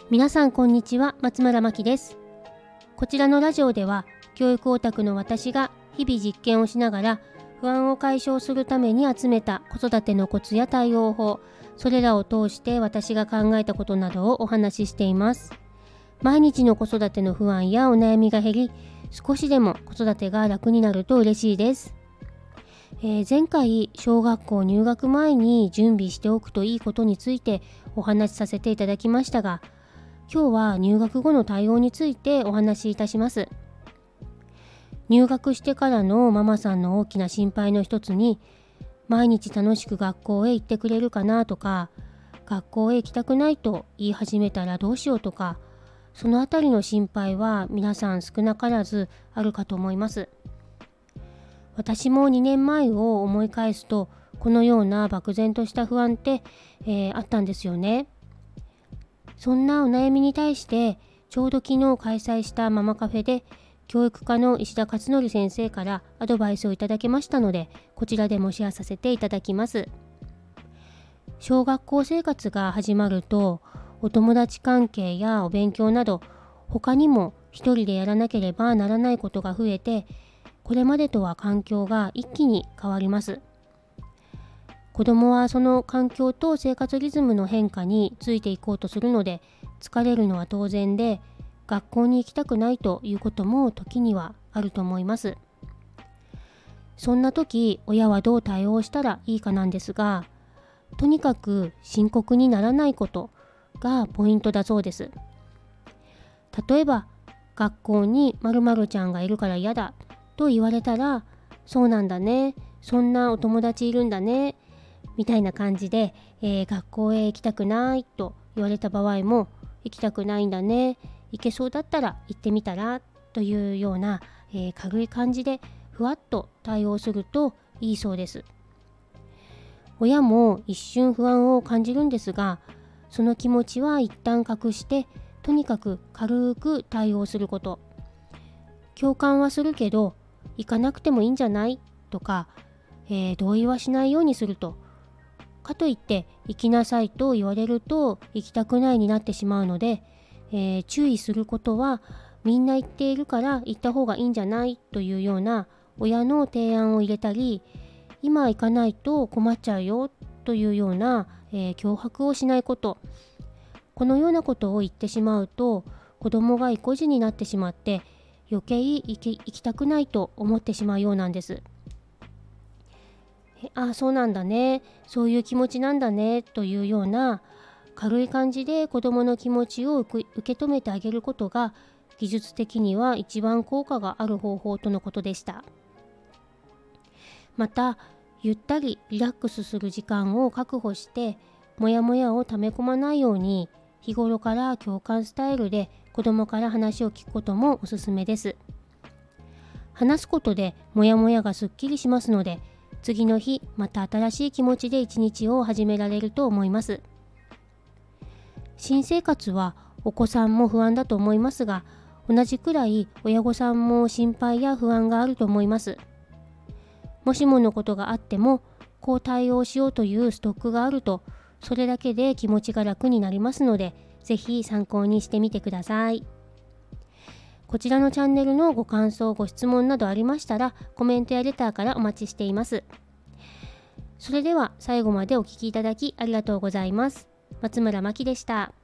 皆さんこんにちは、松村真希です。こちらのラジオでは教育オタクの私が日々実験をしながら不安を解消するために集めた子育てのコツや対応法、それらを通して私が考えたことなどをお話ししています。毎日の子育ての不安やお悩みが減り、少しでも子育てが楽になると嬉しいです。前回小学校入学前に準備しておくといいことについてお話しさせていただきましたが、今日は入学後の対応についてお話しいたします。入学してからのママさんの大きな心配の一つに、毎日楽しく学校へ行ってくれるかなとか、学校へ行きたくないと言い始めたらどうしようとか、そのあたりの心配は皆さん少なからずあるかと思います。私も2年前を思い返すと、このような漠然とした不安って、あったんですよね。そんなお悩みに対してちょうど昨日開催したママカフェで教育科の石田勝則先生からアドバイスをいただけましたので、こちらでもシェアさせていただきます。小学校生活が始まると、お友達関係やお勉強など他にも一人でやらなければならないことが増えて、これまでとは環境が一気に変わります。子供はその環境と生活リズムの変化についていこうとするので、疲れるのは当然で、学校に行きたくないということも時にはあると思います。そんな時、親はどう対応したらいいかなんですが、とにかく深刻にならないことがポイントだそうです。例えば、学校に〇〇ちゃんがいるから嫌だと言われたら、そうなんだね、そんなお友達いるんだね、みたいな感じで、学校へ行きたくないと言われた場合も、行きたくないんだね、行けそうだったら行ってみたらというような、軽い感じでふわっと対応するといいそうです。親も一瞬不安を感じるんですが、その気持ちは一旦隠して、とにかく軽く対応すること。共感はするけど行かなくてもいいんじゃないとか、同意はしないようにすると。かといって行きなさいと言われると行きたくないになってしまうので、注意することは、みんな言っているから行った方がいいんじゃないというような親の提案を入れたり、今行かないと困っちゃうよというような、脅迫をしないこと。このようなことを言ってしまうと、子供が意固地になってしまって余計行きたくないと思ってしまうようなんです。そうなんだね、そういう気持ちなんだねというような軽い感じで子どもの気持ちを受け止めてあげることが、技術的には一番効果がある方法とのことでした。また、ゆったりリラックスする時間を確保して、もやもやを溜め込まないように、日頃から共感スタイルで子どもから話を聞くこともおすすめです。話すことでもやもやがすっきりしますので、次の日また新しい気持ちで一日を始められると思います。新生活はお子さんも不安だと思いますが、同じくらい親御さんも心配や不安があると思います。もしものことがあっても、こう対応しようというストックがあると、それだけで気持ちが楽になりますので、ぜひ参考にしてみてください。こちらのチャンネルのご感想、ご質問などありましたら、コメントやレターからお待ちしています。それでは最後までお聞きいただきありがとうございます。松村真希でした。